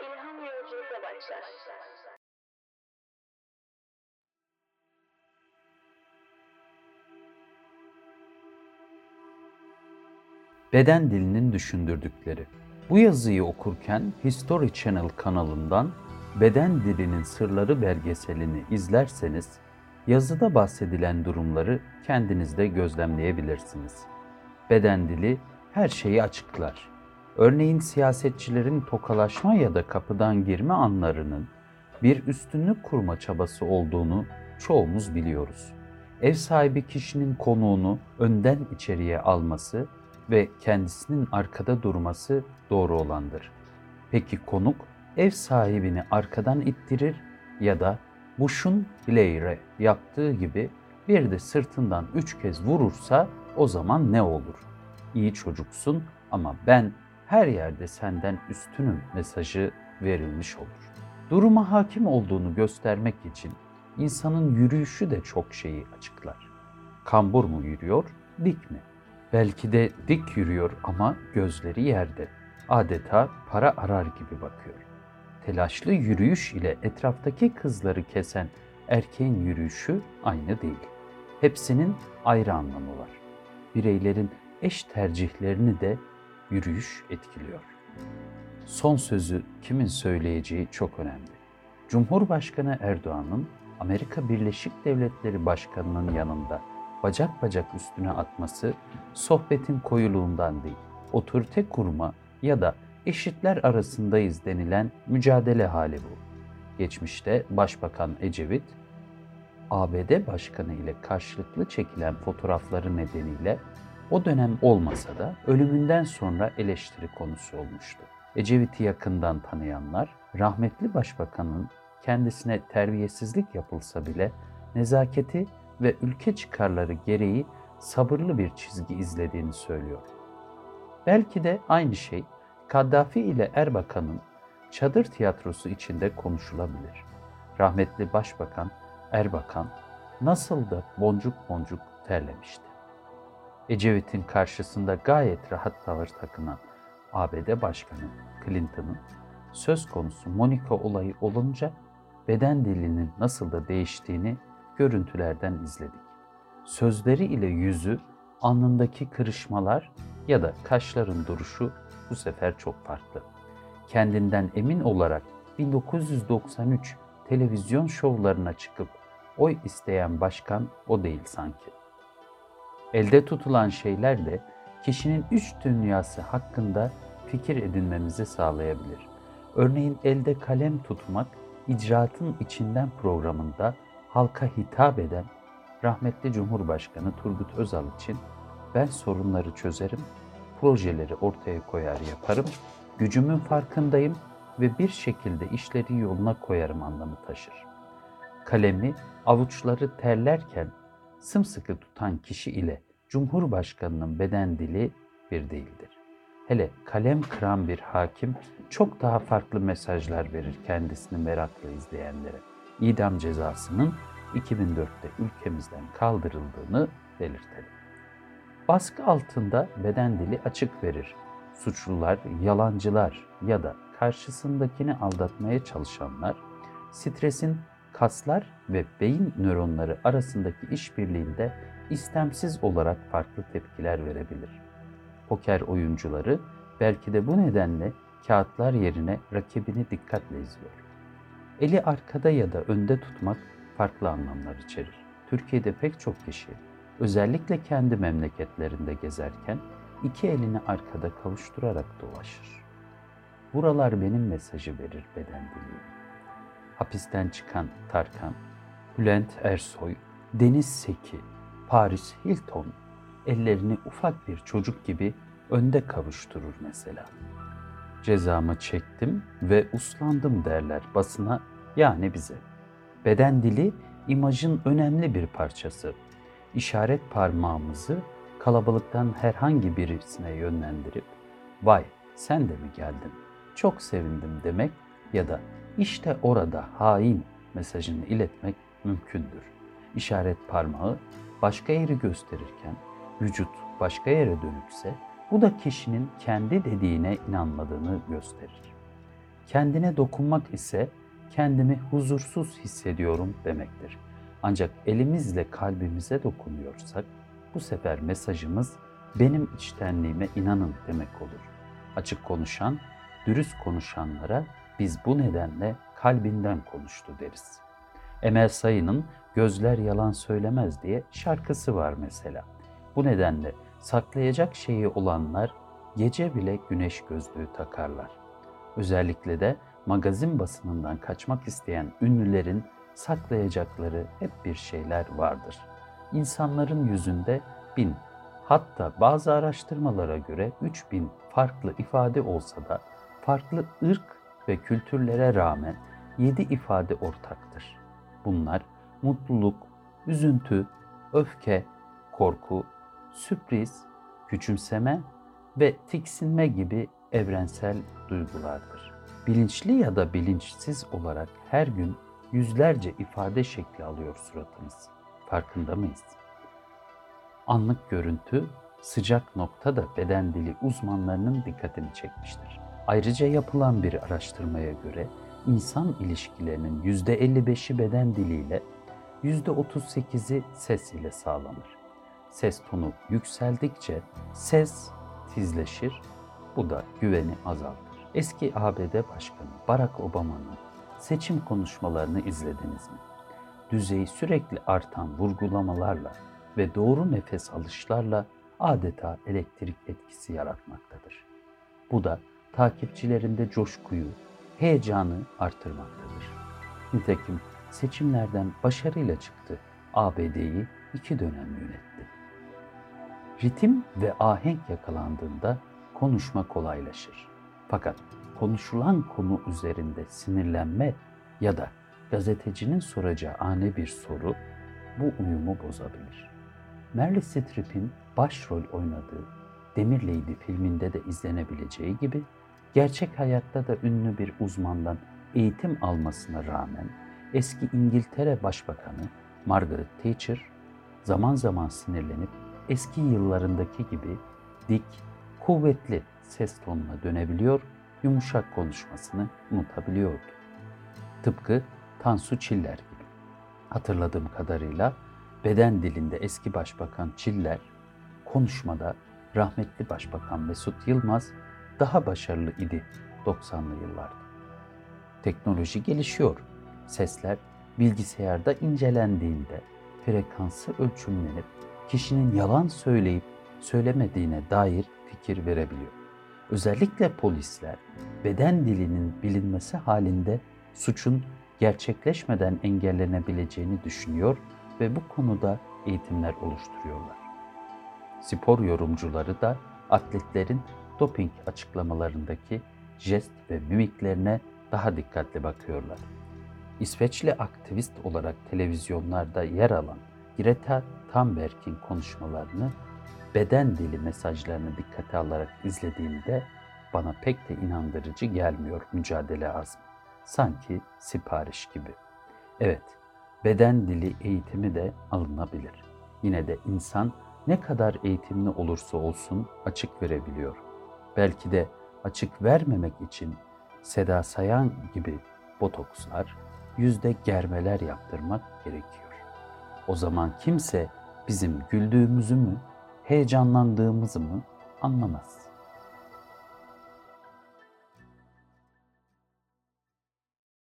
İlham yolculuğuna başlar. Beden dilinin düşündürdükleri. Bu yazıyı okurken History Channel kanalından Beden Dilinin Sırları belgeselini izlerseniz yazıda bahsedilen durumları kendiniz de gözlemleyebilirsiniz. Beden dili her şeyi açıklar. Örneğin siyasetçilerin tokalaşma ya da kapıdan girme anlarının bir üstünlük kurma çabası olduğunu çoğumuz biliyoruz. Ev sahibi kişinin konuğunu önden içeriye alması ve kendisinin arkada durması doğru olandır. Peki konuk ev sahibini arkadan ittirir ya da Bush'un Blair'e yaptığı gibi bir de sırtından 3 kez vurursa o zaman ne olur? İyi çocuksun ama ben her yerde senden üstünüm mesajı verilmiş olur. Duruma hakim olduğunu göstermek için insanın yürüyüşü de çok şeyi açıklar. Kambur mu yürüyor, dik mi? Belki de dik yürüyor ama gözleri yerde. Adeta para arar gibi bakıyor. Telaşlı yürüyüş ile etraftaki kızları kesen erkeğin yürüyüşü aynı değil. Hepsinin ayrı anlamı var. Bireylerin eş tercihlerini de yürüyüş etkiliyor. Son sözü kimin söyleyeceği çok önemli. Cumhurbaşkanı Erdoğan'ın Amerika Birleşik Devletleri Başkanı'nın yanında bacak bacak üstüne atması sohbetin koyuluğundan değil, otorite kurma ya da eşitler arasındayız denilen mücadele hali bu. Geçmişte Başbakan Ecevit, ABD Başkanı ile karşılıklı çekilen fotoğrafları nedeniyle o dönem olmasa da ölümünden sonra eleştiri konusu olmuştu. Ecevit'i yakından tanıyanlar, rahmetli başbakanın kendisine terbiyesizlik yapılsa bile nezaketi ve ülke çıkarları gereği sabırlı bir çizgi izlediğini söylüyor. Belki de aynı şey Kaddafi ile Erbakan'ın çadır tiyatrosu içinde konuşulabilir. Rahmetli Başbakan Erbakan nasıl da boncuk boncuk terlemişti. Ecevit'in karşısında gayet rahat tavır takınan ABD Başkanı Clinton'ın söz konusu Monica olayı olunca beden dilinin nasıl da değiştiğini görüntülerden izledik. Sözleri ile yüzü, alnındaki kırışmalar ya da kaşların duruşu bu sefer çok farklı. Kendinden emin olarak 1993 televizyon şovlarına çıkıp oy isteyen başkan o değil sanki. Elde tutulan şeyler de kişinin iç dünyası hakkında fikir edinmemizi sağlayabilir. Örneğin elde kalem tutmak, icraatın içinden programında halka hitap eden rahmetli Cumhurbaşkanı Turgut Özal için ben sorunları çözerim, projeleri ortaya koyar yaparım, gücümün farkındayım ve bir şekilde işleri yoluna koyarım anlamı taşır. Kalemi avuçları terlerken sımsıkı tutan kişi ile Cumhurbaşkanının beden dili bir değildir. Hele kalem kıran bir hakim çok daha farklı mesajlar verir kendisini merakla izleyenlere. İdam cezasının 2004'te ülkemizden kaldırıldığını belirtelim. Baskı altında beden dili açık verir. Suçlular, yalancılar ya da karşısındakini aldatmaya çalışanlar, stresin kaslar ve beyin nöronları arasındaki işbirliğinde istemsiz olarak farklı tepkiler verebilir. Poker oyuncuları belki de bu nedenle kağıtlar yerine rakibini dikkatle izliyor. Eli arkada ya da önde tutmak farklı anlamlar içerir. Türkiye'de pek çok kişi özellikle kendi memleketlerinde gezerken iki elini arkada kavuşturarak dolaşır. Buralar benim mesajı verir beden dili. Hapisten çıkan Tarkan, Bülent Ersoy, Deniz Seki, Paris Hilton ellerini ufak bir çocuk gibi önde kavuşturur mesela. Cezamı çektim ve uslandım derler basına, yani bize. Beden dili imajın önemli bir parçası. İşaret parmağımızı kalabalıktan herhangi birisine yönlendirip "Vay, sen de mi geldin? Çok sevindim." demek ya da "İşte orada hain" mesajını iletmek mümkündür. İşaret parmağı başka yeri gösterirken vücut başka yere dönükse bu da kişinin kendi dediğine inanmadığını gösterir. Kendine dokunmak ise kendimi huzursuz hissediyorum demektir. Ancak elimizle kalbimize dokunuyorsak bu sefer mesajımız benim içtenliğime inanın demek olur. Açık konuşan, dürüst konuşanlara biz bu nedenle kalbinden konuştu deriz. Emel Sayın'ın "Gözler yalan söylemez" diye şarkısı var mesela. Bu nedenle saklayacak şeyi olanlar gece bile güneş gözlüğü takarlar. Özellikle de magazin basınından kaçmak isteyen ünlülerin saklayacakları hep bir şeyler vardır. İnsanların yüzünde 1000, hatta bazı araştırmalara göre 3000 farklı ifade olsa da farklı ırk ve kültürlere rağmen 7 ifade ortaktır. Bunlar mutluluk, üzüntü, öfke, korku, sürpriz, küçümseme ve tiksinme gibi evrensel duygulardır. Bilinçli ya da bilinçsiz olarak her gün yüzlerce ifade şekli alıyor suratımız. Farkında mıyız? Anlık görüntü, sıcak nokta da beden dili uzmanlarının dikkatini çekmiştir. Ayrıca yapılan bir araştırmaya göre insan ilişkilerinin %55'i beden diliyle, %38'i ses ile sağlanır. Ses tonu yükseldikçe ses tizleşir, bu da güveni azaltır. Eski ABD Başkanı Barack Obama'nın seçim konuşmalarını izlediniz mi? Düzeyi sürekli artan vurgulamalarla ve doğru nefes alışlarla adeta elektrik etkisi yaratmaktadır. Bu da takipçilerinde coşkuyu, heyecanı artırmaktadır. Nitekim seçimlerden başarıyla çıktı, ABD'yi 2 dönem yönetti. Ritim ve ahenk yakalandığında konuşma kolaylaşır. Fakat konuşulan konu üzerinde sinirlenme ya da gazetecinin soracağı ani bir soru bu uyumu bozabilir. Meryl Streep'in başrol oynadığı Demir Lady filminde de izlenebileceği gibi gerçek hayatta da ünlü bir uzmandan eğitim almasına rağmen eski İngiltere Başbakanı Margaret Thatcher zaman zaman sinirlenip eski yıllarındaki gibi dik, kuvvetli ses tonuna dönebiliyor, yumuşak konuşmasını unutabiliyordu. Tıpkı Tansu Çiller gibi. Hatırladığım kadarıyla beden dilinde eski Başbakan Çiller, konuşmada rahmetli Başbakan Mesut Yılmaz daha başarılı idi 90'lı yıllarda. Teknoloji gelişiyor. Sesler bilgisayarda incelendiğinde frekansı ölçümlenip kişinin yalan söyleyip söylemediğine dair fikir verebiliyor. Özellikle polisler beden dilinin bilinmesi halinde suçun gerçekleşmeden engellenebileceğini düşünüyor ve bu konuda eğitimler oluşturuyorlar. Spor yorumcuları da atletlerin doping açıklamalarındaki jest ve mimiklerine daha dikkatli bakıyorlar. İsveçli aktivist olarak televizyonlarda yer alan Greta Thunberg'in konuşmalarını, beden dili mesajlarını dikkate alarak izlediğimde bana pek de inandırıcı gelmiyor mücadele azmi. Sanki sipariş gibi. Evet, beden dili eğitimi de alınabilir. Yine de insan ne kadar eğitimli olursa olsun açık verebiliyor. Belki de açık vermemek için Seda Sayan gibi botokslar, yüzde germeler yaptırmak gerekiyor. O zaman kimse bizim güldüğümüzü mü, heyecanlandığımızı mı anlamaz.